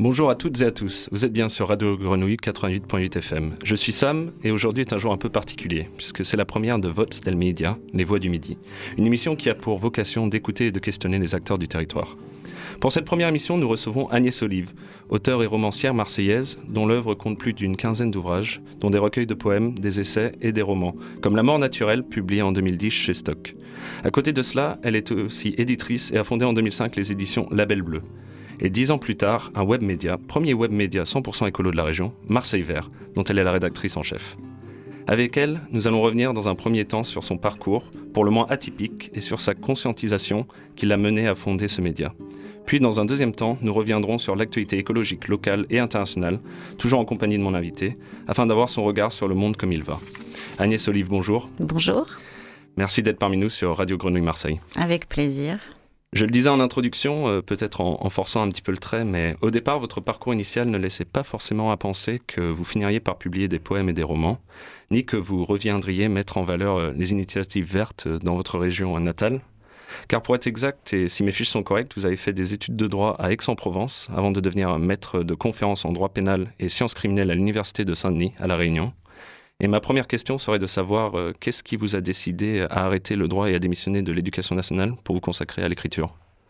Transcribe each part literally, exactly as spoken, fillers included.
Bonjour à toutes et à tous, vous êtes bien sur Radio Grenouille quatre-vingt-huit virgule huit F M. Je suis Sam et aujourd'hui est un jour un peu particulier puisque c'est la première de Voz del Media, Les Voix du Midi, une émission qui a pour vocation d'écouter et de questionner les acteurs du territoire. Pour cette première émission, nous recevons Agnès Olive, auteure et romancière marseillaise dont l'œuvre compte plus d'une quinzaine d'ouvrages, dont des recueils de poèmes, des essais et des romans, comme La mort naturelle, publié en deux mille dix chez Stock. À côté de cela, elle est aussi éditrice et a fondé en deux mille cinq les éditions Label Bleu. Et dix ans plus tard, un web média, premier web média cent pour cent écolo de la région, Marseille Vert, dont elle est la rédactrice en chef. Avec elle, nous allons revenir dans un premier temps sur son parcours, pour le moins atypique, et sur sa conscientisation qui l'a menée à fonder ce média. Puis, dans un deuxième temps, nous reviendrons sur l'actualité écologique locale et internationale, toujours en compagnie de mon invité, afin d'avoir son regard sur le monde comme il va. Agnès Olive, bonjour. Bonjour. Merci d'être parmi nous sur Radio Grenouille Marseille. Avec plaisir. Je le disais en introduction, euh, peut-être en, en forçant un petit peu le trait, mais au départ, votre parcours initial ne laissait pas forcément à penser que vous finiriez par publier des poèmes et des romans, ni que vous reviendriez mettre en valeur euh, les initiatives vertes dans votre région natale. Car pour être exact, et si mes fiches sont correctes, vous avez fait des études de droit à Aix-en-Provence, avant de devenir maître de conférences en droit pénal et sciences criminelles à l'Université de Saint-Denis, à La Réunion. Et ma première question serait de savoir euh, qu'est-ce qui vous a décidé à arrêter le droit et à démissionner de l'éducation nationale pour vous consacrer à l'écriture ?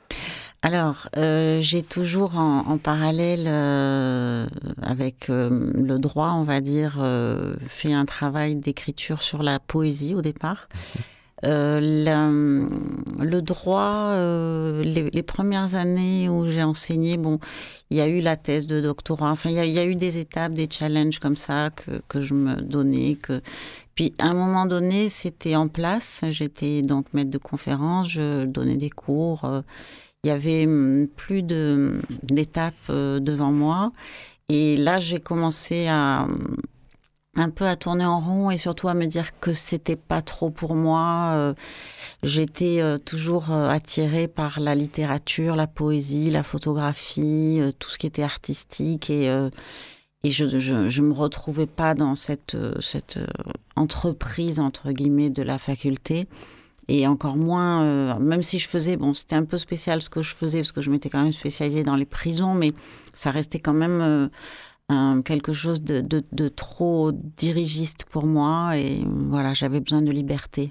Alors, euh, j'ai toujours en, en parallèle euh, avec euh, le droit, on va dire, euh, fait un travail d'écriture sur la poésie au départ. Euh, la, le droit, euh, les, les premières années où j'ai enseigné, bon, il y a eu la thèse de doctorat, enfin, il y a, il y a eu des étapes, des challenges comme ça que, que je me donnais. Que... Puis, à un moment donné, c'était en place. J'étais donc maître de conférence, je donnais des cours. Euh, il y avait plus de, d'étapes euh, devant moi. Et là, j'ai commencé à... un peu à tourner en rond et surtout à me dire que c'était pas trop pour moi. Euh, j'étais euh, toujours euh, attirée par la littérature, la poésie, la photographie, euh, tout ce qui était artistique et, euh, et je, je, je me retrouvais pas dans cette, euh, cette euh, entreprise, entre guillemets, de la faculté. Et encore moins, euh, même si je faisais, bon, c'était un peu spécial ce que je faisais parce que je m'étais quand même spécialisée dans les prisons, mais ça restait quand même... Euh, Un, quelque chose de, de, de trop dirigiste pour moi et voilà, j'avais besoin de liberté.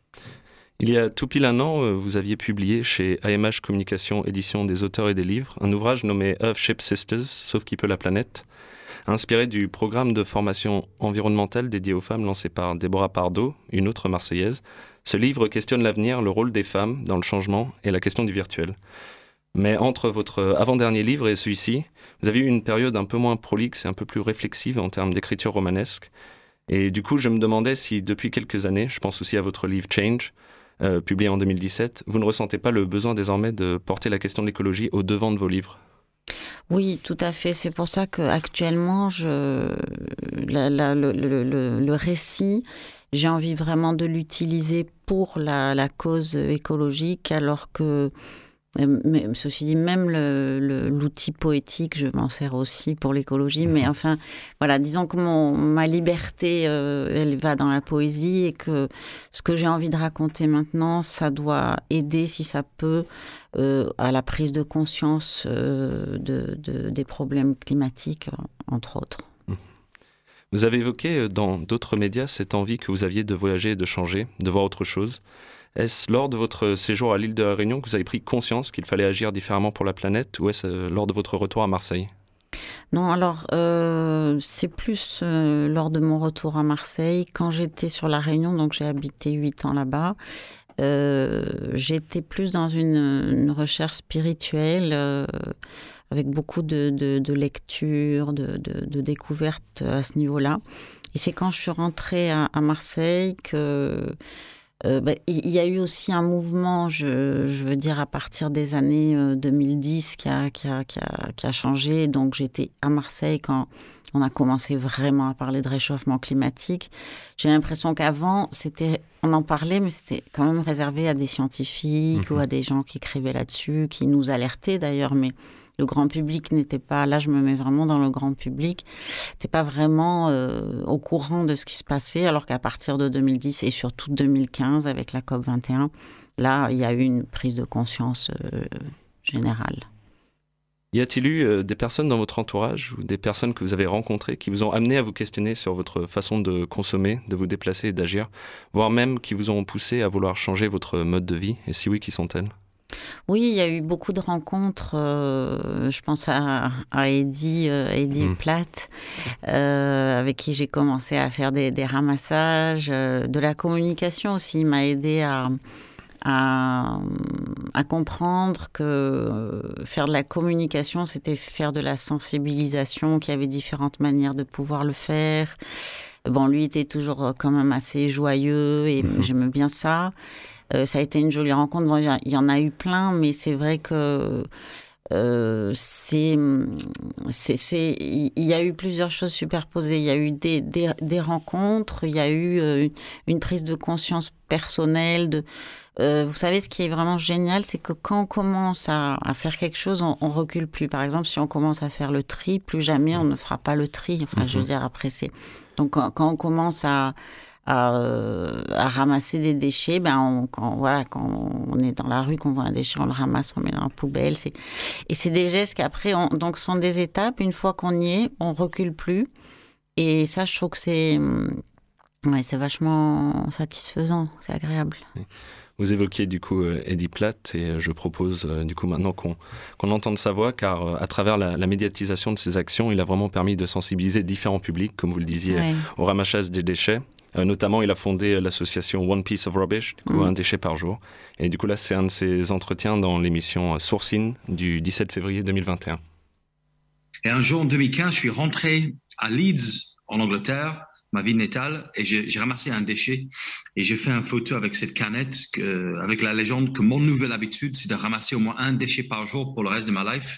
Il y a tout pile un an, vous aviez publié chez A M H Communication, édition des auteurs et des livres, un ouvrage nommé Earthship Sisters, Sauve qui peut la planète, inspiré du programme de formation environnementale dédié aux femmes lancé par Déborah Pardo, une autre Marseillaise. Ce livre questionne l'avenir, le rôle des femmes dans le changement et la question du virtuel. Mais entre votre avant-dernier livre et celui-ci, vous avez eu une période un peu moins prolixe et un peu plus réflexive en termes d'écriture romanesque. Et du coup, je me demandais si depuis quelques années, je pense aussi à votre livre Change, euh, publié en deux mille dix-sept, vous ne ressentez pas le besoin désormais de porter la question de l'écologie au devant de vos livres ? Oui, tout à fait. C'est pour ça qu'actuellement, je... la, la, le, le, le, le récit, j'ai envie vraiment de l'utiliser pour la, la cause écologique, alors que... Mais, ceci dit, même le, le, l'outil poétique, je m'en sers aussi pour l'écologie. Mais enfin, voilà, disons que mon, ma liberté, euh, elle va dans la poésie et que ce que j'ai envie de raconter maintenant, ça doit aider, si ça peut, euh, à la prise de conscience euh, de, de, des problèmes climatiques, entre autres. Vous avez évoqué dans d'autres médias cette envie que vous aviez de voyager et de changer, de voir autre chose. Est-ce lors de votre séjour à l'île de la Réunion que vous avez pris conscience qu'il fallait agir différemment pour la planète ou est-ce lors de votre retour à Marseille ? Non, alors euh, c'est plus euh, lors de mon retour à Marseille. Quand j'étais sur la Réunion, donc j'ai habité huit ans là-bas, euh, j'étais plus dans une, une recherche spirituelle euh, avec beaucoup de, de, de lectures, de, de, de découvertes à ce niveau-là. Et c'est quand je suis rentrée à, à Marseille que... Euh, bah, il y a eu aussi un mouvement, je, je veux dire, à partir des années euh, deux mille dix qui a, qui, a, qui, a, qui a changé. Donc, j'étais à Marseille quand on a commencé vraiment à parler de réchauffement climatique. J'ai l'impression qu'avant, c'était, on en parlait, mais c'était quand même réservé à des scientifiques mmh. ou à des gens qui écrivaient là-dessus, qui nous alertaient d'ailleurs, mais le grand public n'était pas... Là, je me mets vraiment dans le grand public. N'était pas vraiment euh, au courant de ce qui se passait, alors qu'à partir de deux mille dix et surtout deux mille quinze, avec la COP vingt et un, là, il y a eu une prise de conscience euh, générale. Y a-t-il eu euh, des personnes dans votre entourage ou des personnes que vous avez rencontrées qui vous ont amené à vous questionner sur votre façon de consommer, de vous déplacer et d'agir, voire même qui vous ont poussé à vouloir changer votre mode de vie? Et si oui, qui sont-elles? Oui, il y a eu beaucoup de rencontres. euh, je pense à, à Eddie, euh, Eddie Mm. Platt, euh, avec qui j'ai commencé à faire des, des ramassages, euh, de la communication aussi. Il m'a aidé à, à, à comprendre que euh, faire de la communication, c'était faire de la sensibilisation, qu'il y avait différentes manières de pouvoir le faire. Bon, lui était toujours euh, quand même assez joyeux et Mhm. j'aimais bien ça. Euh, ça a été une jolie rencontre. Bon, il y a- il y en a eu plein, mais c'est vrai que euh, c'est, c'est, c'est, il y a eu plusieurs choses superposées. Il y a eu des, des, des rencontres, il y a eu euh, une prise de conscience personnelle. De, euh, vous savez, ce qui est vraiment génial, c'est que quand on commence à, à faire quelque chose, on, on recule plus. Par exemple, si on commence à faire le tri, plus jamais on ne fera pas le tri. Enfin, je veux Mhm. dire, après, c'est... Donc, quand, quand on commence à à, euh, à ramasser des déchets, ben on, quand, voilà, quand on est dans la rue, qu'on voit un déchet, on le ramasse, on le met dans la poubelle. C'est... Et c'est des gestes qui après on, donc sont des étapes. Une fois qu'on y est, on recule plus. Et ça, je trouve que c'est, ouais, c'est vachement satisfaisant, c'est agréable. Vous évoquiez du coup euh, Eddie Platt et euh, je propose euh, du coup maintenant qu'on, qu'on entende sa voix car euh, à travers la, la médiatisation de ses actions, il a vraiment permis de sensibiliser différents publics, comme vous le disiez, Ouais. au ramassage des déchets. Euh, notamment, il a fondé l'association One Piece of Rubbish, du coup, Mm. un déchet par jour. Et du coup, là, c'est un de ses entretiens dans l'émission Sourcing du dix-sept février deux mille vingt et un. Et un jour, en deux mille quinze, je suis rentré à Leeds, en Angleterre, ma ville natale, et j'ai, j'ai ramassé un déchet. Et j'ai fait une photo avec cette canette, que, avec la légende que mon nouvelle habitude, c'est de ramasser au moins un déchet par jour pour le reste de ma life.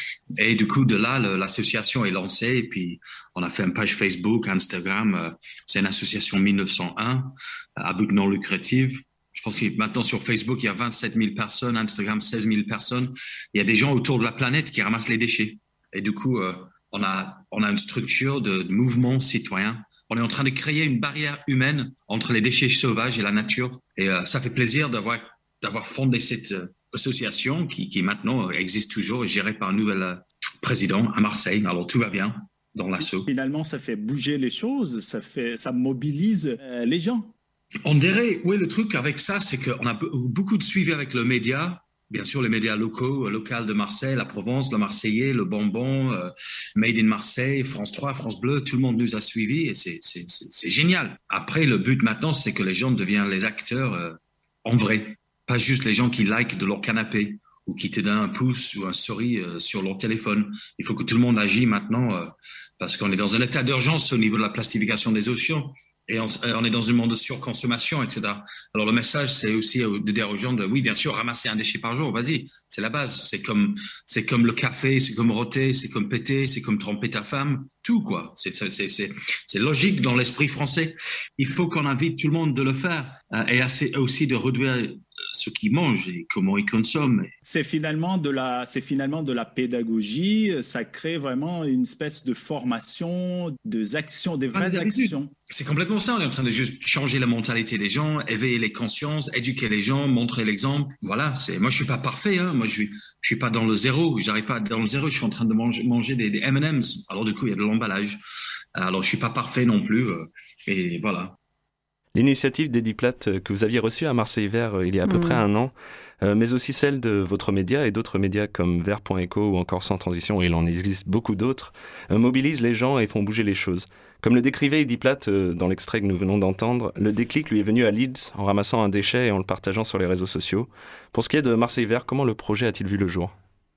Et du coup, de là, le, l'association est lancée. Et puis, on a fait une page Facebook, Instagram. Euh, c'est une association mille neuf cent un, à but non lucratif. Je pense que maintenant, sur Facebook, il y a vingt-sept mille personnes, Instagram, seize mille personnes. Il y a des gens autour de la planète qui ramassent les déchets. Et du coup, euh, on a, on a une structure de, de mouvement citoyen. On est en train de créer une barrière humaine entre les déchets sauvages et la nature. Et euh, ça fait plaisir d'avoir, d'avoir fondé cette euh, association qui, qui maintenant existe toujours et gérée par un nouvel euh, président à Marseille. Alors tout va bien dans l'assaut. Finalement, ça fait bouger les choses, ça, fait, ça mobilise euh, les gens. On dirait, oui, le truc avec ça, c'est qu'on a beaucoup de suivi avec le média. Bien sûr, les médias locaux, euh, locaux de Marseille, la Provence, le Marseillais, le Bonbon, euh, Made in Marseille, France trois, France Bleu, tout le monde nous a suivis et c'est, c'est, c'est, c'est génial. Après, le but maintenant, c'est que les gens deviennent les acteurs euh, en vrai, pas juste les gens qui likent de leur canapé ou qui te donnent un pouce ou un souris euh, sur leur téléphone. Il faut que tout le monde agisse maintenant euh, parce qu'on est dans un état d'urgence au niveau de la plastification des océans. Et on, on est dans un monde de surconsommation, et cetera. Alors le message, c'est aussi de dire aux gens de, oui, bien sûr, ramasser un déchet par jour, vas-y, c'est la base. C'est comme, c'est comme le café, c'est comme roter, c'est comme péter, c'est comme tromper ta femme, tout quoi. C'est, c'est, c'est, c'est, c'est logique dans l'esprit français. Il faut qu'on invite tout le monde de le faire euh, et assez, aussi de réduire ce qu'ils mangent et comment ils consomment. C'est finalement de la, c'est finalement de la pédagogie. Ça crée vraiment une espèce de formation, des actions, des vraies Ah, actions. C'est complètement ça. On est en train de juste changer la mentalité des gens, éveiller les consciences, éduquer les gens, montrer l'exemple. Voilà. C'est, moi, je suis pas parfait, hein. Moi, je suis, je suis pas dans le zéro. J'arrive pas dans le zéro. Je suis en train de manger, manger des, des M and M's. Alors, du coup, il y a de l'emballage. Alors, je suis pas parfait non plus. Euh, et voilà. L'initiative d'Eddie Platt que vous aviez reçue à Marseille Vert il y a à peu mmh. près un an, euh, mais aussi celle de votre média et d'autres médias comme Vert point eco ou encore Sans Transition, et il en existe beaucoup d'autres, euh, mobilisent les gens et font bouger les choses. Comme le décrivait Eddie Platt euh, dans l'extrait que nous venons d'entendre, le déclic lui est venu à Leeds en ramassant un déchet et en le partageant sur les réseaux sociaux. Pour ce qui est de Marseille Vert, comment le projet a-t-il vu le jour ?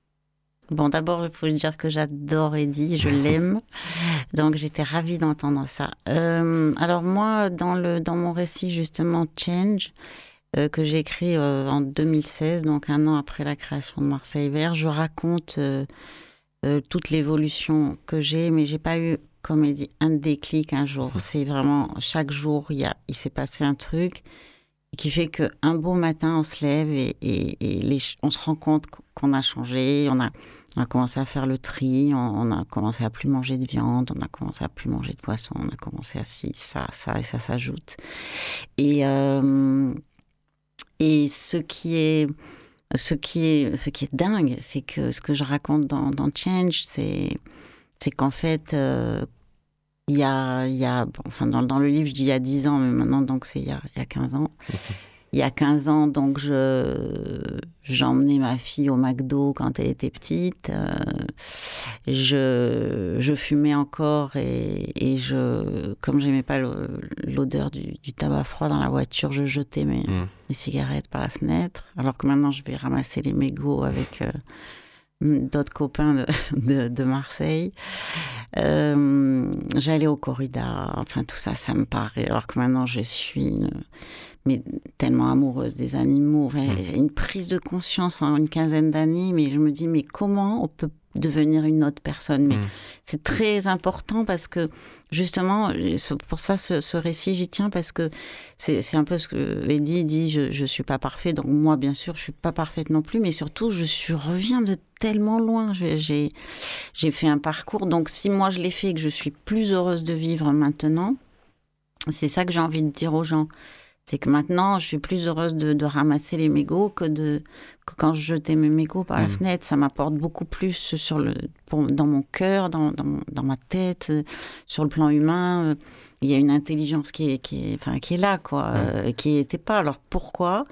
Bon, d'abord, il faut dire que j'adore Eddie, je l'aime. Donc, j'étais ravie d'entendre ça. Euh, alors, moi, dans, le, dans mon récit, justement, Change, euh, que j'ai écrit euh, en deux mille seize, donc un an après la création de Marseille Vert, je raconte euh, euh, toute l'évolution que j'ai, mais j'ai pas eu, comme il dit, un déclic un jour. C'est vraiment, chaque jour, il, y a, il s'est passé un truc qui fait qu'un beau matin, on se lève et, et, et les, on se rend compte qu'on a changé, on a, on a commencé à faire le tri, on, on a commencé à plus manger de viande, on a commencé à plus manger de poisson, on a commencé à ci, ça, ça, et ça s'ajoute. Et, euh, et ce qui est ce qui est, ce qui est dingue, c'est que ce que je raconte dans, dans Change, c'est, c'est qu'en fait, euh, il y a, il y a bon, enfin, dans, dans le livre, je dis il y a dix ans, mais maintenant, donc, c'est il y a, il y a quinze ans. Il y a quinze ans, donc, je, j'emmenais ma fille au McDo quand elle était petite. Euh, je, je fumais encore et, et je, comme j'aimais pas le, l'odeur du, du tabac froid dans la voiture, je jetais mes, mmh. mes cigarettes par la fenêtre. Alors que maintenant, je vais ramasser les mégots avec euh, d'autres copains de, de, de Marseille. Euh, j'allais au corrida. Enfin, tout ça, ça me paraît. Alors que maintenant, je suis une... mais tellement amoureuse des animaux. Enfin, mmh. C'est une prise de conscience en une quinzaine d'années, mais je me dis, mais comment on peut devenir une autre personne? Mais mmh. c'est très important parce que, justement, pour ça, ce, ce récit, j'y tiens parce que c'est, c'est un peu ce que Eddie dit, je ne suis pas parfaite. Donc moi, bien sûr, je ne suis pas parfaite non plus, mais surtout, je, je reviens de tellement loin. J'ai, j'ai fait un parcours. Donc si moi, je l'ai fait et que je suis plus heureuse de vivre maintenant, c'est ça que j'ai envie de dire aux gens. C'est que maintenant, je suis plus heureuse de, de ramasser les mégots que, de, que quand je jetais mes mégots par mmh. la fenêtre. Ça m'apporte beaucoup plus sur le, pour, dans mon cœur, dans, dans, dans ma tête, sur le plan humain. Il y a une intelligence qui est, qui est, enfin, qui est là, quoi, mmh. euh, qui n'était pas. Alors pourquoi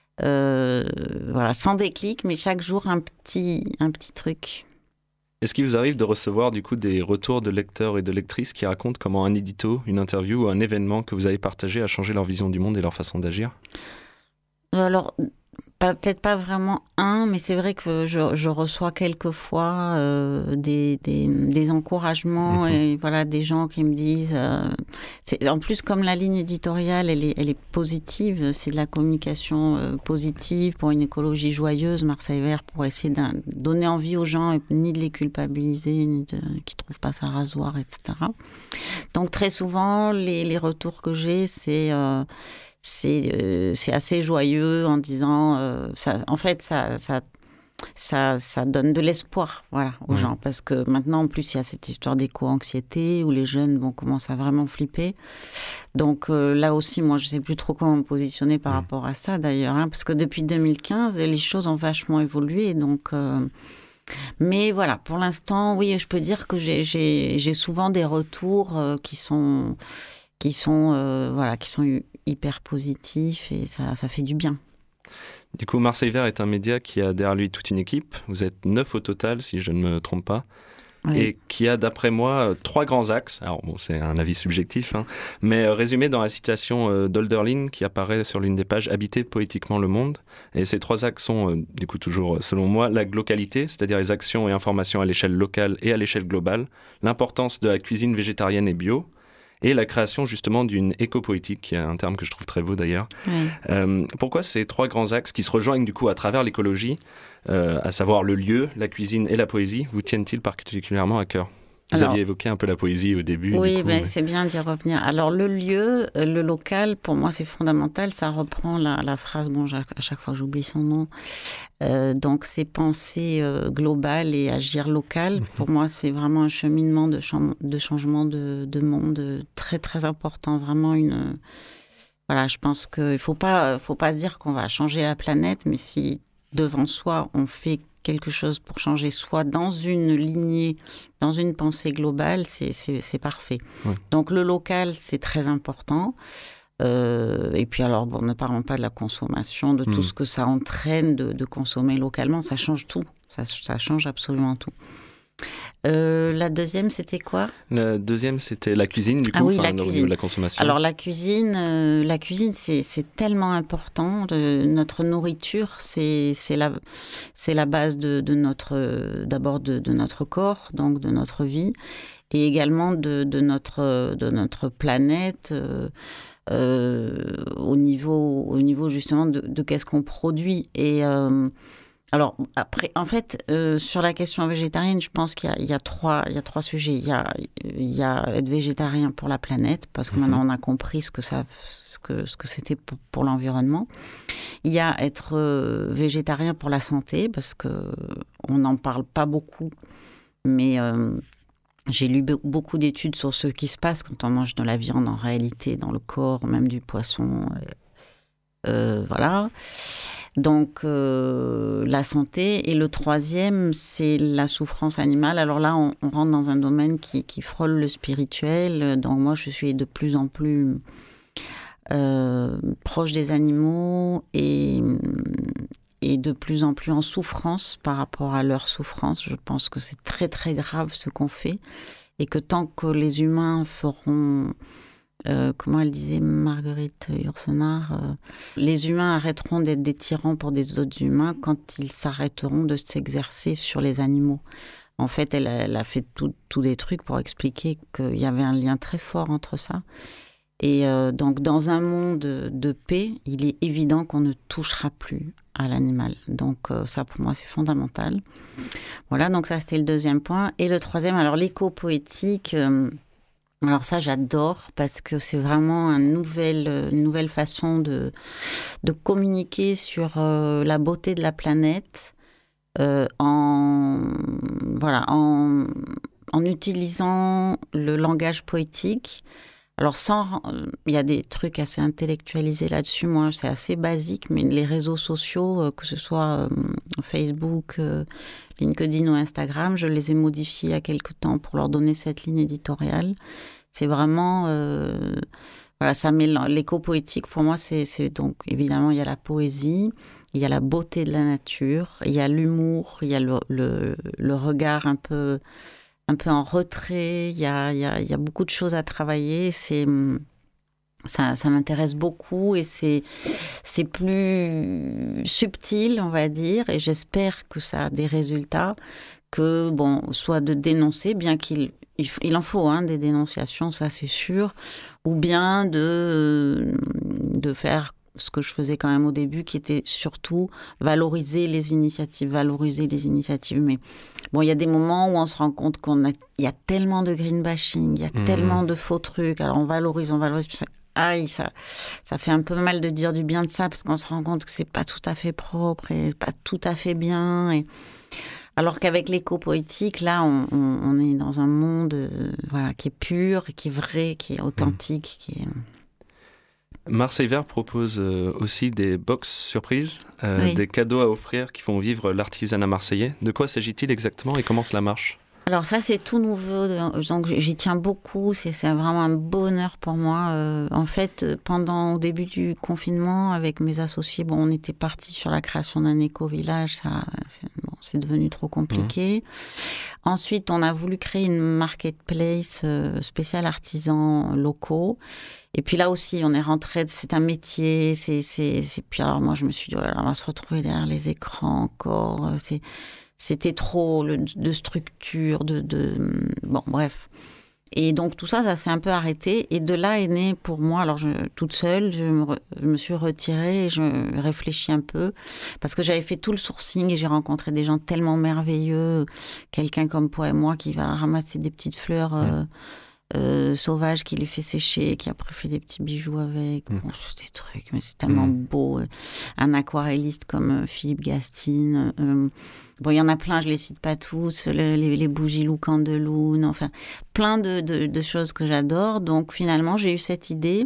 euh, voilà, sans déclic, mais chaque jour, un petit, un petit truc. Est-ce qu'il vous arrive de recevoir du coup des retours de lecteurs et de lectrices qui racontent comment un édito, une interview ou un événement que vous avez partagé a changé leur vision du monde et leur façon d'agir ? Alors, pas, peut-être pas vraiment un, mais c'est vrai que je, je reçois quelquefois euh, des, des, des encouragements mmh. et voilà, des gens qui me disent... Euh, c'est, en plus, comme la ligne éditoriale, elle est, elle est positive, c'est de la communication euh, positive pour une écologie joyeuse, Marseille Vert, pour essayer de donner envie aux gens, et ni de les culpabiliser, ni de, qu'ils ne trouvent pas ça rasoir, et cetera. Donc très souvent, les, les retours que j'ai, c'est... Euh, C'est, euh, c'est assez joyeux en disant, euh, ça, en fait, ça, ça, ça, ça donne de l'espoir voilà, aux mmh. gens. Parce que maintenant, en plus, il y a cette histoire d'éco-anxiété où les jeunes vont commencer à vraiment flipper. Donc euh, là aussi, moi, je ne sais plus trop comment me positionner par mmh. rapport à ça, d'ailleurs. Hein, parce que depuis deux mille quinze, les choses ont vachement évolué. Donc... Euh, mais voilà, pour l'instant, oui, je peux dire que j'ai, j'ai, j'ai souvent des retours euh, qui sont... qui sont, euh, voilà, qui sont hyper positifs et ça, ça fait du bien. Du coup, Marseille Vert est un média qui a derrière lui toute une équipe. Vous êtes neuf au total, si je ne me trompe pas. Oui. Et qui a, d'après moi, trois grands axes. Alors, bon, c'est un avis subjectif, hein, mais euh, résumé dans la citation euh, d'Hölderlin qui apparaît sur l'une des pages « Habiter poétiquement le monde ». Et ces trois axes sont, euh, du coup, toujours, selon moi, la localité, c'est-à-dire les actions et informations à l'échelle locale et à l'échelle globale, l'importance de la cuisine végétarienne et bio, et la création justement d'une éco-poétique, qui est un terme que je trouve très beau d'ailleurs. Oui. Euh, pourquoi ces trois grands axes qui se rejoignent du coup à travers l'écologie, euh, à savoir le lieu, la cuisine et la poésie, vous tiennent-ils particulièrement à cœur ? Vous Alors, aviez évoqué un peu la poésie au début. Oui, du coup, ben, mais... c'est bien d'y revenir. Alors le lieu, le local, pour moi c'est fondamental. Ça reprend la, la phrase, bon, à chaque fois j'oublie son nom. Euh, donc c'est penser euh, global et agir local. Mmh. Pour moi c'est vraiment un cheminement de, cham- de changement de, de monde très très important. Vraiment une... Voilà, je pense qu'il ne faut pas, faut pas se dire qu'on va changer la planète, mais si devant soi on fait quelque chose pour changer soi dans une lignée, dans une pensée globale, c'est, c'est, c'est parfait. Ouais. Donc le local, c'est très important. Euh, et puis alors, bon, ne parlons pas de la consommation, de mmh. tout ce que ça entraîne de, de consommer localement. Ça change tout. Ça, ça change absolument tout. Euh, la deuxième, c'était quoi ? La deuxième, c'était la cuisine, du coup, ah oui, la au cuisine. niveau de la consommation. Alors, la cuisine, euh, la cuisine c'est, c'est tellement important. De, notre nourriture, c'est, c'est, la, c'est la base de, de notre, d'abord de, de notre corps, donc de notre vie, et également de, de, notre, de notre planète, euh, euh, au, niveau, au niveau justement de, de qu'est-ce qu'on produit. Et... Euh, Alors, après, en fait, euh, sur la question végétarienne, je pense qu'il y a, il y a, trois, il y a trois sujets. Il y a, il y a être végétarien pour la planète, parce que mmh. maintenant on a compris ce que, ça, ce que, ce que c'était pour, pour l'environnement. Il y a être euh, végétarien pour la santé, parce qu'on n'en parle pas beaucoup, mais euh, j'ai lu be- beaucoup d'études sur ce qui se passe quand on mange de la viande en réalité, dans le corps, même du poisson. Euh, euh, voilà. Donc, euh, la santé. Et le troisième, c'est la souffrance animale. Alors là, on, on rentre dans un domaine qui, qui frôle le spirituel. Donc moi, je suis de plus en plus euh, proche des animaux et, et de plus en plus en souffrance par rapport à leur souffrance. Je pense que c'est très, très grave ce qu'on fait. Et que tant que les humains feront... Euh, comment elle disait, Marguerite Yourcenar, euh, les humains arrêteront d'être des tyrans pour des autres humains quand ils s'arrêteront de s'exercer sur les animaux. En fait, elle, elle a fait tous des trucs pour expliquer qu'il y avait un lien très fort entre ça. Et euh, donc, dans un monde de paix, il est évident qu'on ne touchera plus à l'animal. Donc, euh, ça, pour moi, c'est fondamental. Voilà, donc ça, c'était le deuxième point. Et le troisième, alors l'éco-poétique... Euh, Alors ça, j'adore parce que c'est vraiment une nouvelle, une nouvelle façon de, de communiquer sur euh, la beauté de la planète euh, en, voilà, en, en utilisant le langage poétique. Alors, sans, il y a des trucs assez intellectualisés là-dessus. Moi, c'est assez basique, mais les réseaux sociaux, euh, que ce soit euh, Facebook, euh, LinkedIn ou Instagram, je les ai modifiés il y a quelque temps pour leur donner cette ligne éditoriale. C'est vraiment... Euh, voilà, ça met l'éco-poétique, pour moi, c'est, c'est donc... Évidemment, il y a la poésie, il y a la beauté de la nature, il y a l'humour, il y a le, le, le regard un peu... un peu en retrait, il y a, il y a, il y a beaucoup de choses à travailler, c'est, ça, ça m'intéresse beaucoup et c'est, c'est plus subtil, on va dire, et j'espère que ça a des résultats, que, bon, soit de dénoncer, bien qu'il il, il en faut hein, des dénonciations, ça c'est sûr, ou bien de, de faire ce que je faisais quand même au début, qui était surtout valoriser les initiatives, valoriser les initiatives. Mais bon, il y a des moments où on se rend compte qu'on a, il y a tellement de green bashing, il y a mmh. tellement de faux trucs. Alors on valorise, on valorise. Aïe, ça, ça fait un peu mal de dire du bien de ça parce qu'on se rend compte que c'est pas tout à fait propre et pas tout à fait bien. Et... Alors qu'avec l'éco-poétique, là, on, on, on est dans un monde, euh, voilà, qui est pur, qui est vrai, qui est authentique, mmh. qui est... Marseille Vert propose euh, aussi des box surprises, euh, oui. des cadeaux à offrir qui font vivre l'artisanat marseillais. De quoi s'agit-il exactement et comment cela marche ? Alors ça, c'est tout nouveau, donc j'y tiens beaucoup, c'est, c'est vraiment un bonheur pour moi. Euh, en fait, pendant au début du confinement, avec mes associés, bon, on était partis sur la création d'un éco-village, ça, c'est, bon, c'est devenu trop compliqué. Mmh. Ensuite, on a voulu créer une marketplace euh, spéciale artisans locaux. Et puis là aussi, on est rentré, c'est un métier, c'est, c'est, c'est... Puis alors moi, je me suis dit, oh là là, on va se retrouver derrière les écrans encore, c'est... C'était trop le, de structure, de, de... Bon, bref. Et donc, tout ça, ça s'est un peu arrêté. Et de là est né, pour moi, alors je, toute seule, je me, re, je me suis retirée et je réfléchis un peu. Parce que j'avais fait tout le sourcing et j'ai rencontré des gens tellement merveilleux. Quelqu'un comme Poe et moi qui va ramasser des petites fleurs... Euh, Euh, sauvage qui les fait sécher, qui après fait des petits bijoux avec. Mmh. Bon, c'est des trucs, mais c'est tellement mmh. beau. Un aquarelliste comme euh, Philippe Gastine. Euh, bon, il y en a plein, je les cite pas tous. Le, les, les bougies Lou Candeloun, enfin, plein de, de, de choses que j'adore. Donc finalement, j'ai eu cette idée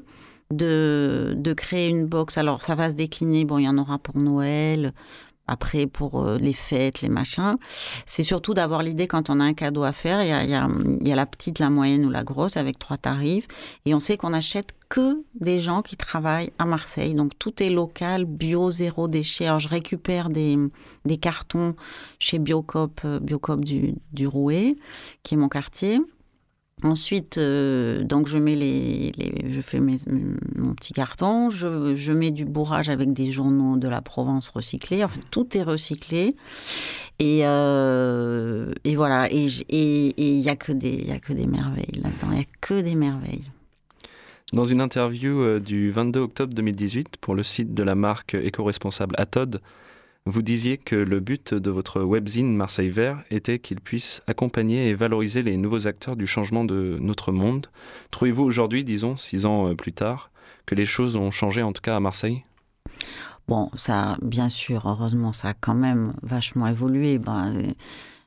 de, de créer une box. Alors, ça va se décliner. Bon, il y en aura pour Noël. Après, pour euh, les fêtes, les machins, c'est surtout d'avoir l'idée quand on a un cadeau à faire. Il y a, il y a, il y a la petite, la moyenne ou la grosse avec trois tarifs. Et on sait qu'on n'achète que des gens qui travaillent à Marseille. Donc, tout est local, bio, zéro déchet. Alors, je récupère des, des cartons chez Biocoop, euh, Biocoop du, du Rouet, qui est mon quartier. Ensuite, euh, donc je mets les, les je fais mes, mon petit carton, je, je mets du bourrage avec des journaux de la Provence recyclés. En fait, tout est recyclé. Et, euh, et voilà. Et il n'y a que des, il y a que des merveilles là-dedans. Il n'y a que des merveilles. Dans une interview du vingt-deux octobre deux mille dix-huit pour le site de la marque éco-responsable Atod, vous disiez que le but de votre webzine Marseille Vert était qu'il puisse accompagner et valoriser les nouveaux acteurs du changement de notre monde. Trouvez-vous aujourd'hui, disons, six ans plus tard, que les choses ont changé, en tout cas à Marseille ? Bon, ça, bien sûr, heureusement, ça a quand même vachement évolué. Ben,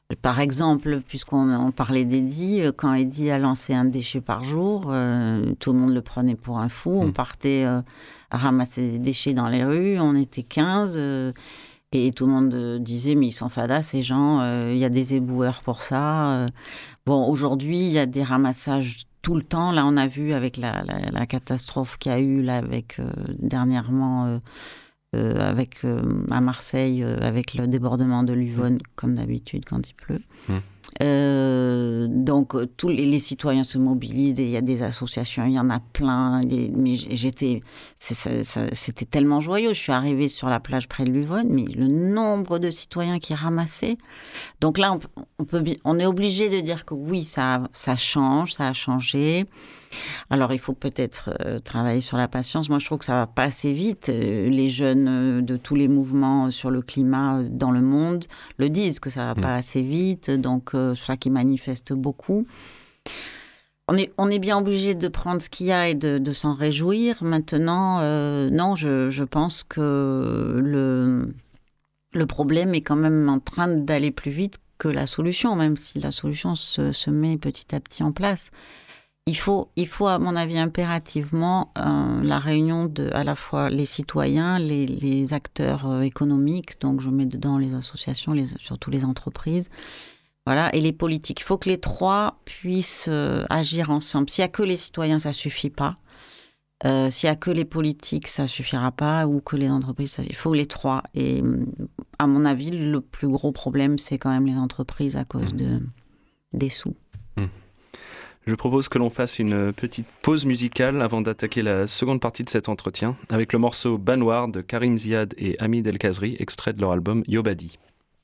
Par exemple, puisqu'on on parlait d'Eddy, quand Eddy a lancé un déchet par jour, euh, tout le monde le prenait pour un fou. Mmh. On partait euh, à ramasser des déchets dans les rues, on était quinze, euh, et tout le monde disait « mais ils sont fadas ces gens, il euh, y a des éboueurs pour ça euh. ». Bon, aujourd'hui, il y a des ramassages tout le temps. Là, on a vu avec la, la, la catastrophe qu'il y a eu là, avec, euh, dernièrement... Euh, Euh, avec, euh, à Marseille, euh, avec le débordement de l'Yvonne, mmh. comme d'habitude quand il pleut. Mmh. Euh, donc, tous les, les citoyens se mobilisent, il y a des associations, il y en a plein. Les, mais j'étais, c'est, ça, ça, c'était tellement joyeux. Je suis arrivée sur la plage près de l'Yvonne, mais le nombre de citoyens qui ramassaient. Donc là, on, on, peut, on est obligé de dire que oui, ça, ça change, ça a changé. Alors, il faut peut-être euh, travailler sur la patience. Moi, je trouve que ça ne va pas assez vite. Euh, les jeunes euh, de tous les mouvements sur le climat euh, dans le monde le disent, que ça ne va mmh. pas assez vite. Donc, euh, c'est pour ça qu'ils manifestent beaucoup. On est, on est bien obligé de prendre ce qu'il y a et de, de s'en réjouir. Maintenant, euh, non, je, je pense que le, le problème est quand même en train d'aller plus vite que la solution, même si la solution se, se met petit à petit en place. Il faut, il faut, à mon avis, impérativement euh, la réunion de à la fois les citoyens, les, les acteurs euh, économiques, donc je mets dedans les associations, les, surtout les entreprises, voilà, et les politiques. Il faut que les trois puissent euh, agir ensemble. S'il n'y a que les citoyens, ça ne suffit pas. Euh, s'il n'y a que les politiques, ça ne suffira pas, ou que les entreprises, ça, il faut les trois. Et à mon avis, le plus gros problème, c'est quand même les entreprises à cause de, des sous. Mmh. Je propose que l'on fasse une petite pause musicale avant d'attaquer la seconde partie de cet entretien avec le morceau Banwar de Karim Ziad et Hamid El Kazri, extrait de leur album Yobadi.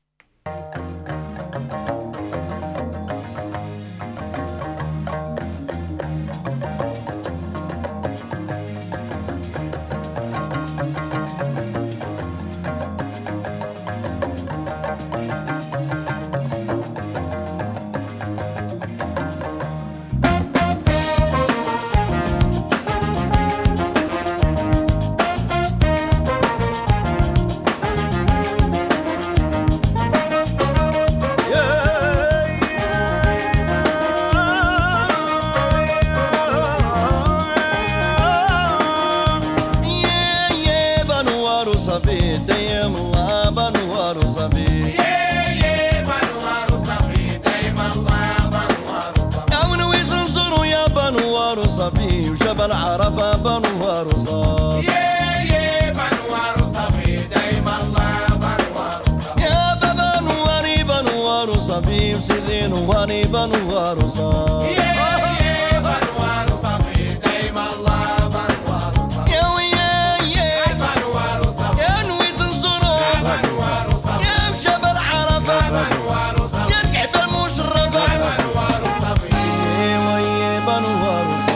جبل عرفة بنوار صافي يا يا بنوار صافي دايما الله بنوار صافي يا بابا نواري بنوار صافي وسيدي نواري بنوار صافي يا يا بنوار صافي دايما الله بنوار صافي يا ويا يا بنوار صافي يا نويت نزورو بنوار صافي يا جبل عرفة بنوار صافي يا الكعبة المشرفة بنوار صافي يا ويا بنوار صافي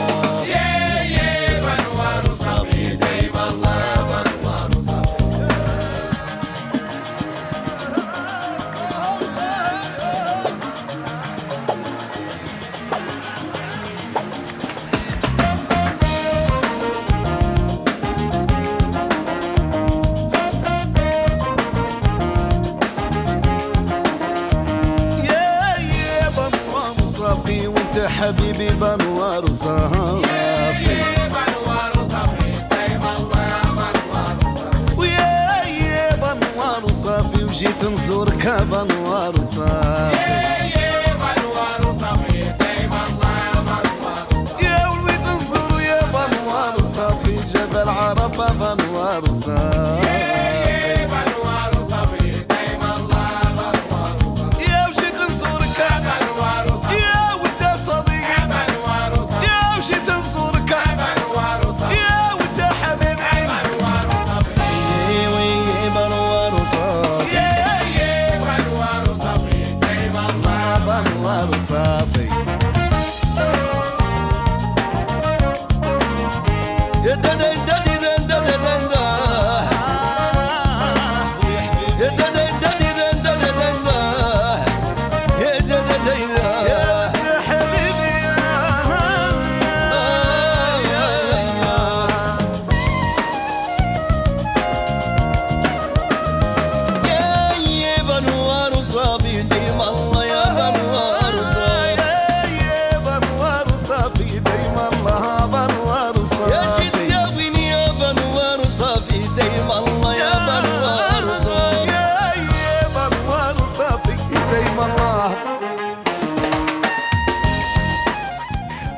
حبيبي بنوار صافي يا بنوار صافي دايما الله بنوار صافي ويا يا بنوار صافي وجيت نزورك بنوار صافي يا يا بنوار صافي دايما الله بنوار صافي يا وليت نزور يا بنوار صافي جبل عرفة بنوار صافي يا بنوار صافي دايما الله بنوار صافي يا وجيت نزورك بنوار صافي جيت نزورك يا وانت حبيبي يا وي بنوار صافي يا يا بنوار صافي دايما الله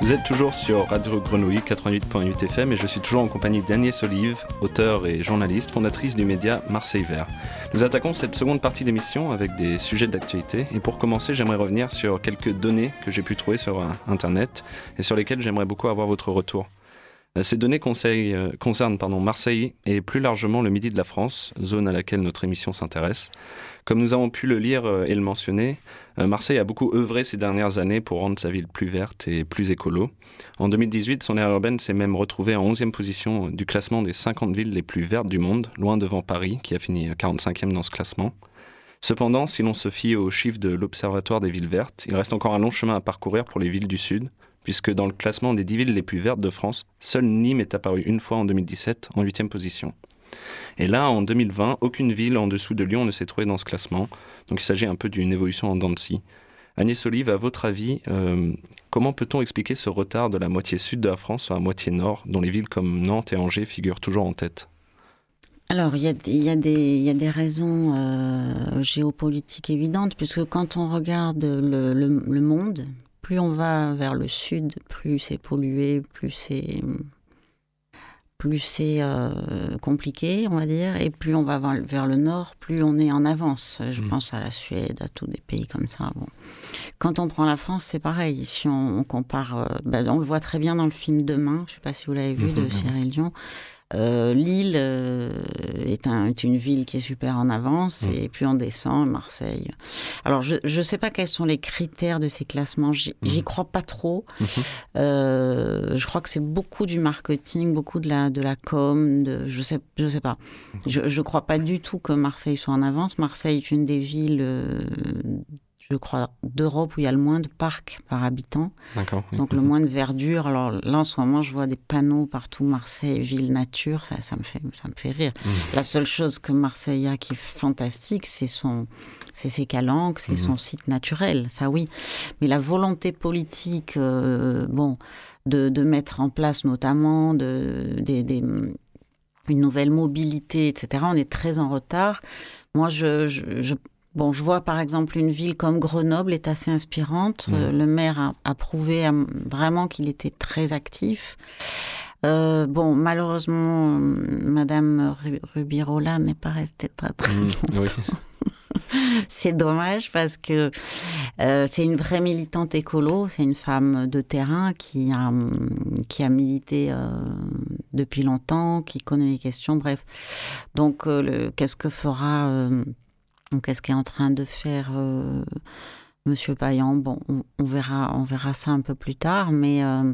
Vous êtes toujours sur Radio Grenouille quatre-vingt-huit virgule huit F M et je suis toujours en compagnie d'Agnès Olive, auteure et journaliste, fondatrice du média Marseille Vert. Nous attaquons cette seconde partie d'émission avec des sujets d'actualité et pour commencer, j'aimerais revenir sur quelques données que j'ai pu trouver sur Internet et sur lesquelles j'aimerais beaucoup avoir votre retour. Ces données conseillent, euh, concernent pardon, Marseille et plus largement le midi de la France, zone à laquelle notre émission s'intéresse. Comme nous avons pu le lire euh, et le mentionner, euh, Marseille a beaucoup œuvré ces dernières années pour rendre sa ville plus verte et plus écolo. En deux mille dix-huit, son aire urbaine s'est même retrouvée en onzième position du classement des cinquante villes les plus vertes du monde, loin devant Paris, qui a fini quarante-cinquième dans ce classement. Cependant, si l'on se fie aux chiffres de l'Observatoire des villes vertes, il reste encore un long chemin à parcourir pour les villes du Sud, puisque dans le classement des dix villes les plus vertes de France, seule Nîmes est apparue une fois en deux mille dix-sept, en huitième position. Et là, en deux mille vingt, aucune ville en dessous de Lyon ne s'est trouvée dans ce classement, donc il s'agit un peu d'une évolution en dents de scie. Agnès Olive, à votre avis, euh, comment peut-on expliquer ce retard de la moitié sud de la France sur la moitié nord, dont les villes comme Nantes et Angers figurent toujours en tête ? Alors, il y a, il y a des, il y a des raisons euh, géopolitiques évidentes, puisque quand on regarde le, le, le monde, plus on va vers le sud, plus c'est pollué, plus c'est, plus c'est euh, compliqué, on va dire, et plus on va vers le nord, plus on est en avance. Je mmh. pense à la Suède, à tous des pays comme ça. Bon. Quand on prend la France, c'est pareil. Si on, on compare, euh, ben, on le voit très bien dans le film Demain, je ne sais pas si vous l'avez vu, mmh. de Cyril Dion. Euh, Lille euh, est, un, est une ville qui est super en avance mmh. et puis on descend, Marseille. Alors je ne sais pas quels sont les critères de ces classements, j'y, mmh. j'y crois pas trop. Mmh. Euh, je crois que c'est beaucoup du marketing, beaucoup de la, de la com, de, je sais, je sais pas. Mmh. Je ne crois pas du tout que Marseille soit en avance. Marseille est une des villes... Euh, je crois, d'Europe où il y a le moins de parcs par habitant. D'accord, oui. Donc le moins de verdure. Alors là, en ce moment, je vois des panneaux partout, Marseille, ville nature, ça, ça, me, fait, ça me fait rire. Mmh. La seule chose que Marseille a qui est fantastique, c'est, son, c'est ses calanques, c'est mmh. son site naturel, ça oui. Mais la volonté politique, euh, bon, de, de mettre en place notamment de, de, de, de, une nouvelle mobilité, et cetera, on est très en retard. Moi, je... je, je Bon, je vois par exemple une ville comme Grenoble est assez inspirante. Mmh. Euh, le maire a, a prouvé à, vraiment qu'il était très actif. Euh, bon, malheureusement, Madame Rubirola n'est pas restée très très mmh, longtemps. Oui. C'est dommage parce que euh, c'est une vraie militante écolo. C'est une femme de terrain qui a, qui a milité euh, depuis longtemps, qui connaît les questions. Bref, donc euh, le, qu'est-ce que fera euh, Donc, qu'est-ce qu'est en train de faire euh, Monsieur Payan ? Bon, on, on, verra, on verra ça un peu plus tard, mais, euh,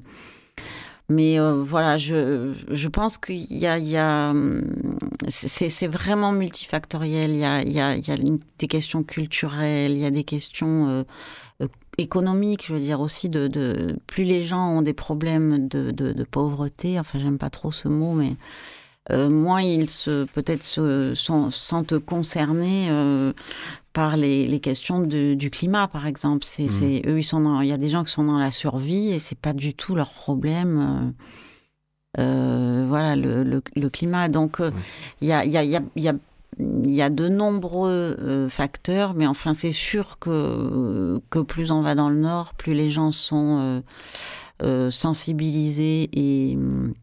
mais euh, voilà, je, je pense qu'il y a... Il y a c'est, c'est vraiment multifactoriel. Il y a, il y a, il y a des questions culturelles, il y a des questions euh, économiques, je veux dire aussi, de, de, plus les gens ont des problèmes de, de, de pauvreté, enfin, j'aime pas trop ce mot, mais... Euh, moins ils se, peut-être se sont, sentent concernés euh, par les, les questions de, du climat, par exemple. C'est, mmh. c'est, eux, ils sont dans, il y a des gens qui sont dans la survie et c'est pas du tout leur problème. Euh, euh, voilà, le, le, le climat. Donc, il euh, mmh. y, a, y, a, y, a, y, a, y a de nombreux euh, facteurs, mais enfin, c'est sûr que, que plus on va dans le nord, plus les gens sont euh, euh, sensibilisés et...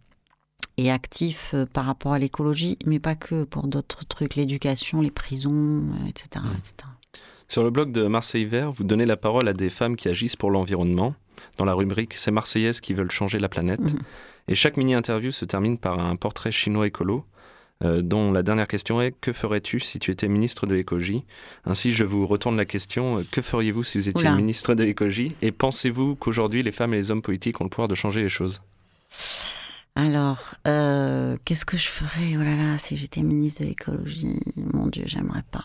et actif par rapport à l'écologie, mais pas que, pour d'autres trucs, l'éducation, les prisons, et cetera, et cetera. Sur le blog de Marseille Vert, vous donnez la parole à des femmes qui agissent pour l'environnement, dans la rubrique « Ces Marseillaises qui veulent changer la planète mmh. ». Et chaque mini-interview se termine par un portrait chinois écolo, euh, dont la dernière question est « Que ferais-tu si tu étais ministre de l'écologie ?» Ainsi, je vous retourne la question « Que feriez-vous si vous étiez Oula. ministre de l'écologie ?» Et pensez-vous qu'aujourd'hui, les femmes et les hommes politiques ont le pouvoir de changer les choses ? Alors, euh, qu'est-ce que je ferais, oh là là, si j'étais ministre de l'écologie ? Mon Dieu, j'aimerais pas.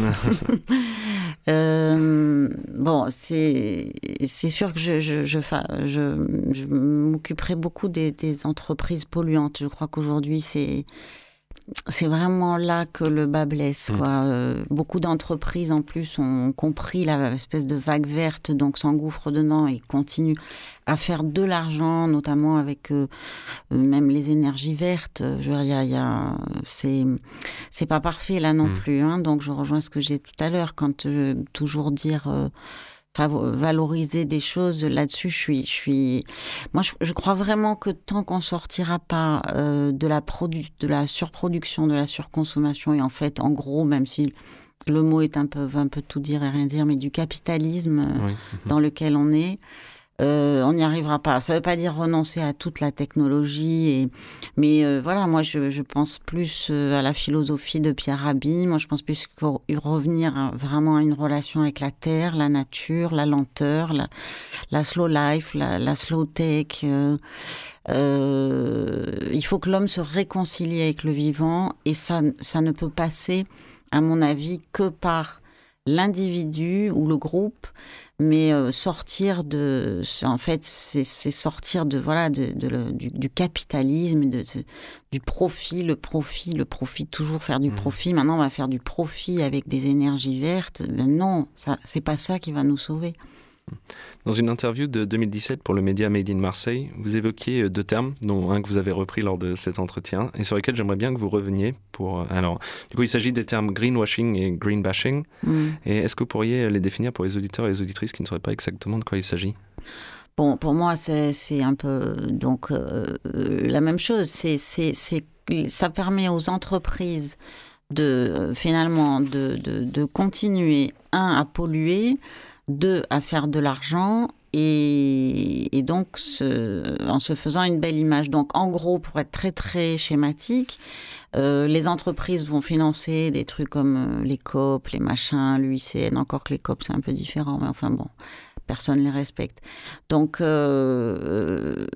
euh, bon, c'est, c'est sûr que je, je, je, je, je m'occuperai beaucoup des, des entreprises polluantes. Je crois qu'aujourd'hui, c'est... c'est vraiment là que le bas blesse, quoi. Mmh. Euh, beaucoup d'entreprises, en plus, ont compris la espèce de vague verte, donc s'engouffrent dedans et continuent à faire de l'argent, notamment avec euh, même les énergies vertes. Je veux dire, y a, y a, c'est, c'est pas parfait, là, non mmh. plus. Hein, donc, je rejoins ce que j'ai dit tout à l'heure, quand euh, toujours dire... Euh, valoriser des choses là-dessus. Je suis, je suis... Moi, je, je crois vraiment que tant qu'on sortira pas euh, de la produ... de la surproduction, de la surconsommation, et en fait, en gros, même si le mot est un peu, veut un peu tout dire et rien dire, mais du capitalisme euh, oui. dans lequel on est, euh, on n'y arrivera pas. Ça ne veut pas dire renoncer à toute la technologie, et... mais euh, voilà, moi je, je pense plus à la philosophie de Pierre Rabhi. Moi je pense plus qu'il faut revenir à, vraiment à une relation avec la terre, la nature, la lenteur, la, la slow life, la, la slow tech. Euh, euh, il faut que l'homme se réconcilie avec le vivant, et ça, ça ne peut passer, à mon avis, que par l'individu ou le groupe. Mais euh, sortir de, en fait, c'est, c'est sortir de voilà de, de, de du, du capitalisme, de, de, du profit, le profit, le profit, toujours faire du mmh. profit. Maintenant, on va faire du profit avec des énergies vertes. Ben non, ça, c'est pas ça qui va nous sauver. Dans une interview de deux mille dix-sept pour le média Made in Marseille, vous évoquiez deux termes, dont un que vous avez repris lors de cet entretien, et sur lesquels j'aimerais bien que vous reveniez. Pour, alors, du coup, il s'agit des termes greenwashing et greenbashing. Mm. Et est-ce que vous pourriez les définir pour les auditeurs et les auditrices qui ne sauraient pas exactement de quoi il s'agit ? Bon, pour moi, c'est, c'est un peu donc, euh, la même chose. C'est, c'est, c'est, ça permet aux entreprises de, finalement, de, de, de continuer, un, à polluer, deux, à faire de l'argent, et, et donc ce, en se faisant une belle image. Donc en gros, pour être très très schématique, euh, les entreprises vont financer des trucs comme euh, les C O P, les machins, l'U I C N, encore que les C O P c'est un peu différent, mais enfin bon, personne ne les respecte. Donc euh,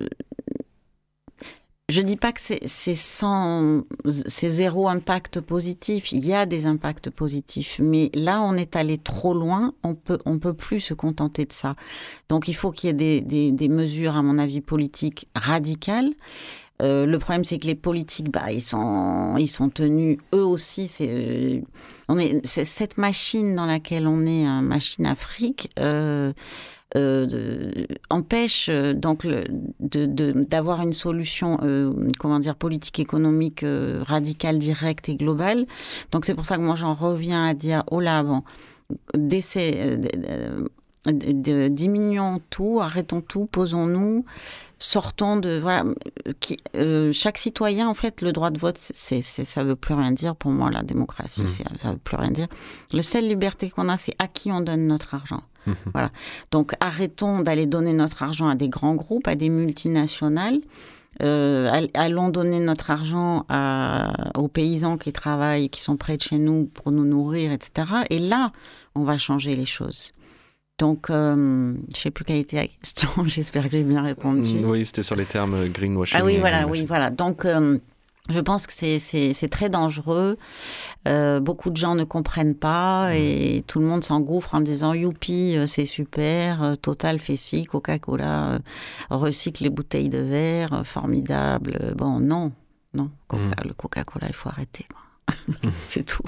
je ne dis pas que c'est, c'est, sans, c'est zéro impact positif. Il y a des impacts positifs. Mais là, on est allé trop loin. On peut, on peut plus se contenter de ça. Donc, il faut qu'il y ait des, des, des mesures, à mon avis, politiques radicales. Euh, le problème, c'est que les politiques, bah, ils sont, ils sont tenus, eux aussi. C'est, on est, c'est cette machine dans laquelle on est, une machine Afrique, euh, Euh, de, empêche euh, donc le, de, de, d'avoir une solution euh, comment dire politique économique euh, radicale, directe et globale. Donc c'est pour ça que moi j'en reviens à dire oh là bon d'essai, euh, de, de, de, diminuons tout, arrêtons tout, posons-nous, sortons de voilà qui, euh, chaque citoyen en fait le droit de vote c'est, c'est ça veut plus rien dire pour moi, la démocratie mmh. c'est, ça veut plus rien dire. Le seule liberté qu'on a, c'est à qui on donne notre argent. Mmh. Voilà. Donc arrêtons d'aller donner notre argent à des grands groupes, à des multinationales. Euh, allons donner notre argent à, aux paysans qui travaillent, qui sont près de chez nous pour nous nourrir, et cetera. Et là, on va changer les choses. Donc, euh, je ne sais plus quelle était la question. J'espère que j'ai bien répondu. Oui, c'était sur les termes greenwashing. Ah oui, voilà, oui, voilà. Donc, euh, je pense que c'est, c'est, c'est très dangereux. Euh, beaucoup de gens ne comprennent pas et tout le monde s'engouffre en disant « Youpi, c'est super, Total fait ci, Coca-Cola euh, recycle les bouteilles de verre, euh, formidable. » Bon, non, non. Coca, mmh. Le Coca-Cola, il faut arrêter. Quoi. C'est tout.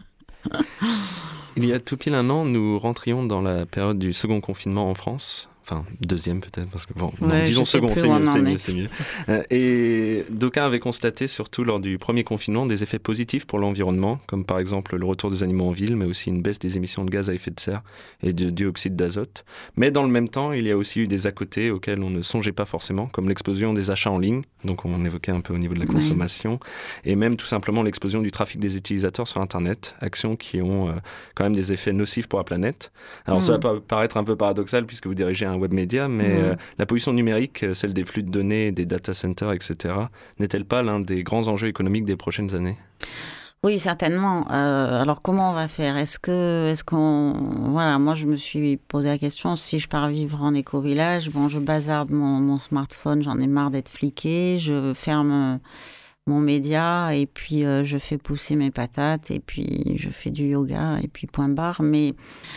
Il y a tout pile un an, nous rentrions dans la période du second confinement en France. Enfin, deuxième peut-être, parce que bon, ouais, non, disons second, c'est mieux, c'est mieux, c'est mieux. Euh, et d'aucuns avaient constaté, surtout lors du premier confinement, des effets positifs pour l'environnement, comme par exemple le retour des animaux en ville, mais aussi une baisse des émissions de gaz à effet de serre et de dioxyde d'azote. Mais dans le même temps, il y a aussi eu des à-côtés auxquels on ne songeait pas forcément, comme l'explosion des achats en ligne, donc on évoquait un peu au niveau de la consommation, oui. Et même tout simplement l'explosion du trafic des utilisateurs sur Internet, actions qui ont euh, quand même des effets nocifs pour la planète. Alors mmh. ça va paraître un peu paradoxal puisque vous dirigez un web média, mais mmh. euh, la pollution numérique, celle des flux de données, des data centers, et cetera, n'est-elle pas l'un des grands enjeux économiques des prochaines années ? Oui, certainement. Euh, alors, comment on va faire ? Est-ce que, est-ce qu'on, voilà, moi je me suis posé la question si je pars vivre en éco-village, bon, je bazarde mon, mon smartphone, j'en ai marre d'être fliqué, je ferme mon média et puis euh, je fais pousser mes patates et puis je fais du yoga et puis point barre. Mais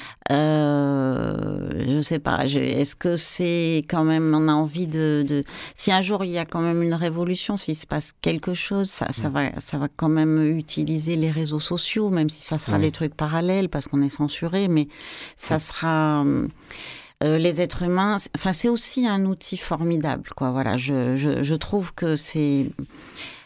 euh, je sais pas, je, est-ce que c'est quand même, on a envie de, de... Si un jour il y a quand même une révolution, s'il se passe quelque chose, ça, ça, va, ça va quand même utiliser les réseaux sociaux, même si ça sera oui. des trucs parallèles parce qu'on est censuré, mais ça sera... Euh, les êtres humains, enfin c'est aussi un outil formidable, quoi. Voilà, je, je, je trouve que c'est...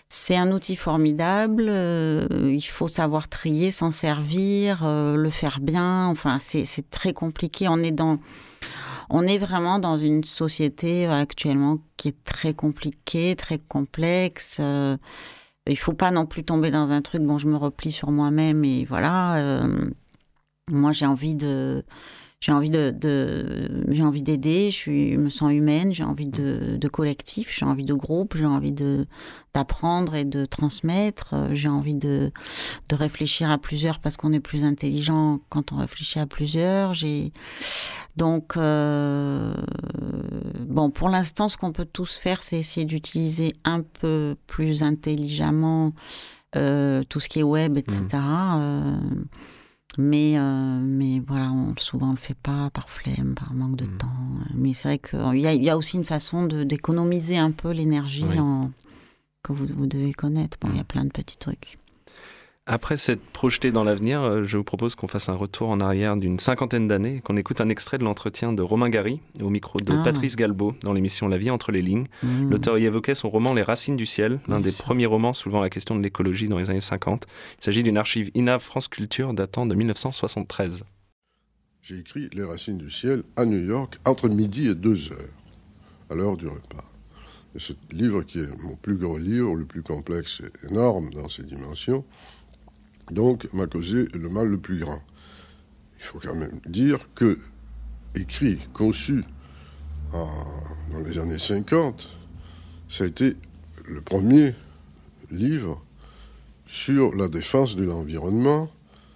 c'est un outil formidable. Euh, il faut savoir trier, s'en servir, euh, le faire bien. Enfin, c'est, c'est très compliqué. On est dans, on est vraiment dans une société euh, actuellement qui est très compliquée, très complexe. Euh, il faut pas non plus tomber dans un truc. Bon, je me replie sur moi-même et voilà. Euh, moi, j'ai envie de J'ai envie de, de j'ai envie d'aider, je suis, je me sens humaine, j'ai envie de, de collectif, j'ai envie de groupe, j'ai envie de d'apprendre et de transmettre, j'ai envie de de réfléchir à plusieurs parce qu'on est plus intelligent quand on réfléchit à plusieurs. J'ai donc euh, bon, pour l'instant, ce qu'on peut tous faire, c'est essayer d'utiliser un peu plus intelligemment euh, tout ce qui est web, et cetera. Mmh. Euh, Mais, euh, mais voilà, on, souvent on ne le fait pas par flemme, par manque de mmh. temps. Mais c'est vrai qu'il y a, y a aussi une façon de, d'économiser un peu l'énergie oui. en, que vous, vous devez connaître. Bon, il mmh. y a plein de petits trucs. Après s'être projeté dans l'avenir, je vous propose qu'on fasse un retour en arrière d'une cinquantaine d'années, qu'on écoute un extrait de l'entretien de Romain Gary au micro de ah. Patrice Galbaud dans l'émission La vie entre les lignes. Mmh. L'auteur y évoquait son roman Les racines du ciel, l'un Bien des sûr. premiers romans soulevant la question de l'écologie dans les années cinquante. Il s'agit d'une archive I N A V France Culture datant de dix-neuf cent soixante-treize. J'ai écrit Les racines du ciel à New York entre midi et deux heures, à l'heure du repas. Et ce livre, qui est mon plus gros livre, le plus complexe et énorme dans ses dimensions, donc, m'a causé le mal le plus grand. Il faut quand même dire que, écrit, conçu en, dans les années cinquante, ça a été le premier livre sur la défense de l'environnement,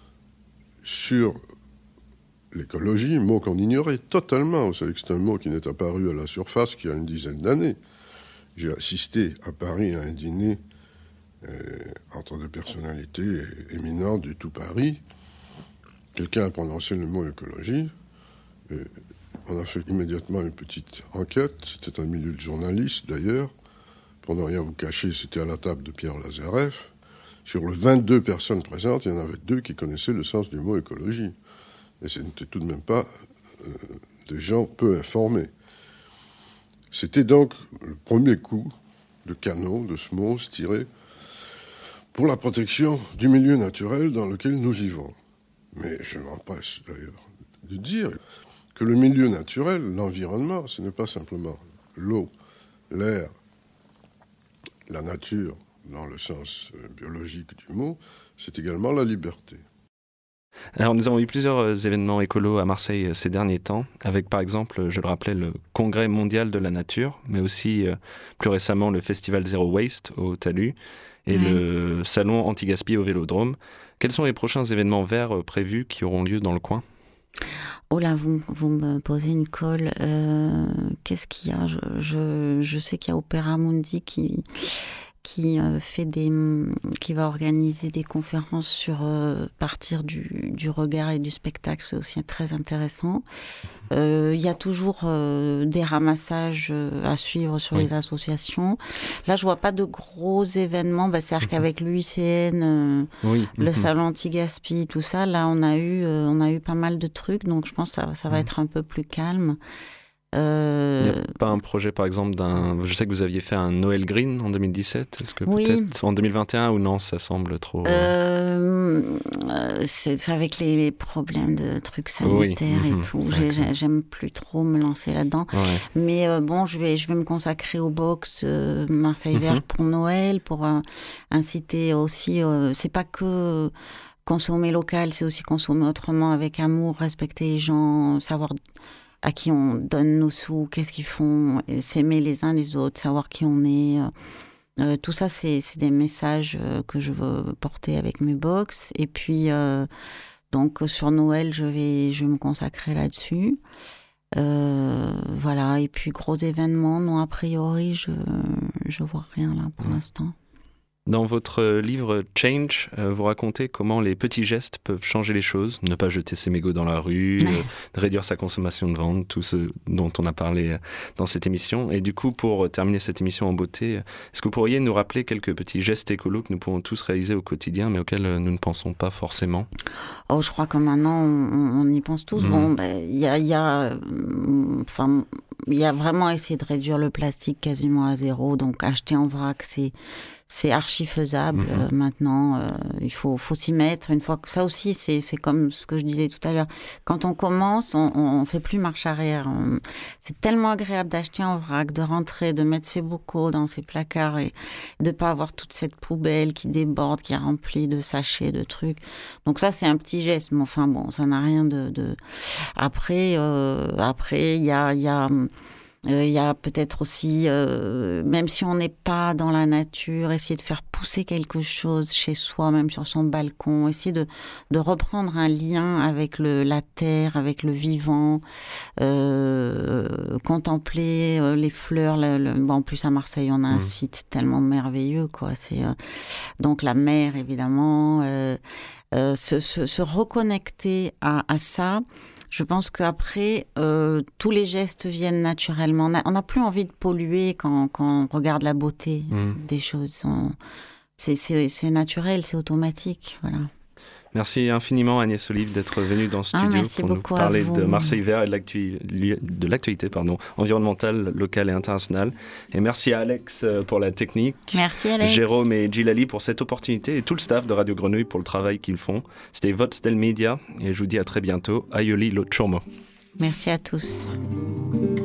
sur l'écologie, mot qu'on ignorait totalement. Vous savez que c'est un mot qui n'est apparu à la surface qu'il y a une dizaine d'années. J'ai assisté à Paris à un dîner Euh, entre deux personnalités éminentes du tout Paris. Quelqu'un a prononcé le mot écologie. Et on a fait immédiatement une petite enquête. C'était un milieu de journalistes, d'ailleurs. Pour ne rien vous cacher, c'était à la table de Pierre Lazareff. Sur les vingt-deux personnes présentes, il y en avait deux qui connaissaient le sens du mot écologie. Et ce n'étaient tout de même pas euh, des gens peu informés. C'était donc le premier coup de canon de ce mot tiré pour la protection du milieu naturel dans lequel nous vivons. Mais je m'empresse d'ailleurs de dire que le milieu naturel, l'environnement, ce n'est pas simplement l'eau, l'air, la nature, dans le sens biologique du mot, c'est également la liberté. Alors nous avons eu plusieurs événements écolos à Marseille ces derniers temps, avec par exemple, je le rappelais, le Congrès mondial de la nature, mais aussi plus récemment le Festival Zero Waste au Talus, et oui. le salon anti-gaspi au Vélodrome. Quels sont les prochains événements verts prévus qui auront lieu dans le coin ? Oh là, vous, vous me posez une colle. Euh, qu'est-ce qu'il y a ? je, je, je sais qu'il y a Opéra Mundi qui, qui, euh, fait des, qui va organiser des conférences sur euh, partir du, du regard et du spectacle. C'est aussi très intéressant. Euh, il y a toujours euh, des ramassages euh, à suivre sur oui. les associations. Là, je vois pas de gros événements. Bah, c'est-à-dire qu'avec l'U I C N, euh, oui. le mm-hmm. salon anti-gaspi, tout ça, là, on a eu, euh, on a eu pas mal de trucs. Donc, je pense que ça, ça va mm. être un peu plus calme. Euh... Il n'y a pas un projet, par exemple, d'un... Je sais que vous aviez fait un Noël Green en deux mille dix-sept. Est-ce que oui. peut-être en deux mille vingt et un ou non, ça semble trop... Euh... C'est avec les, les problèmes de trucs sanitaires oui. et mmh, tout. J'ai, j'aime plus trop me lancer là-dedans. Ouais. Mais euh, bon, je vais, je vais me consacrer au box euh, Marseille Vert mmh. pour Noël, pour euh, inciter aussi... Euh, c'est pas que... consommer local, c'est aussi consommer autrement, avec amour, respecter les gens, savoir... à qui on donne nos sous, qu'est-ce qu'ils font, s'aimer les uns les autres, savoir qui on est. Euh, tout ça, c'est, c'est des messages que je veux porter avec mes box. Et puis, euh, donc, sur Noël, je vais, je vais me consacrer là-dessus. Euh, voilà. Et puis, gros événements, non, a priori, je ne vois rien là pour mmh. l'instant. Dans votre livre Change, vous racontez comment les petits gestes peuvent changer les choses. Ne pas jeter ses mégots dans la rue, ouais. euh, réduire sa consommation de viande, tout ce dont on a parlé dans cette émission. Et du coup, pour terminer cette émission en beauté, est-ce que vous pourriez nous rappeler quelques petits gestes écolos que nous pouvons tous réaliser au quotidien, mais auxquels nous ne pensons pas forcément ? Oh, je crois que maintenant, on, on y pense tous. Mmh. Bon, ben, y a, y a, enfin, il y a vraiment essayé de réduire le plastique quasiment à zéro. Donc, acheter en vrac, c'est c'est archi faisable mmh. euh, maintenant. Euh, il faut, faut s'y mettre. Une fois que ça aussi, c'est, c'est comme ce que je disais tout à l'heure. Quand on commence, on, on fait plus marche arrière. On... C'est tellement agréable d'acheter en vrac, de rentrer, de mettre ses bocaux dans ses placards et de pas avoir toute cette poubelle qui déborde, qui est remplie de sachets, de trucs. Donc ça, c'est un petit geste. Mais enfin bon, ça n'a rien de. de... Après, euh, après, il y a, il y a Il euh, y a peut-être aussi, euh, même si on n'est pas dans la nature, essayer de faire pousser quelque chose chez soi, même sur son balcon, essayer de, de reprendre un lien avec le, la terre, avec le vivant, euh, contempler euh, les fleurs. Le, le, bon, en plus, à Marseille, on a un mmh. site tellement merveilleux, quoi. C'est, euh, donc la mer, évidemment, euh, euh, se, se, se reconnecter à, à ça. Je pense qu'après, euh, tous les gestes viennent naturellement. On n'a plus envie de polluer quand, quand on regarde la beauté mmh. des choses. On, c'est, c'est, c'est naturel, c'est automatique. Voilà. Merci infiniment Agnès Olive d'être venue dans ce studio ah, pour nous parler de Marseille Vert et de, l'actu... de l'actualité pardon, environnementale, locale et internationale. Et merci à Alex pour la technique. Merci Alex. Jérôme et Djilali pour cette opportunité et tout le staff de Radio Grenouille pour le travail qu'ils font. C'était Voz del Media et je vous dis à très bientôt. Aioli lo Chormo. Merci à tous.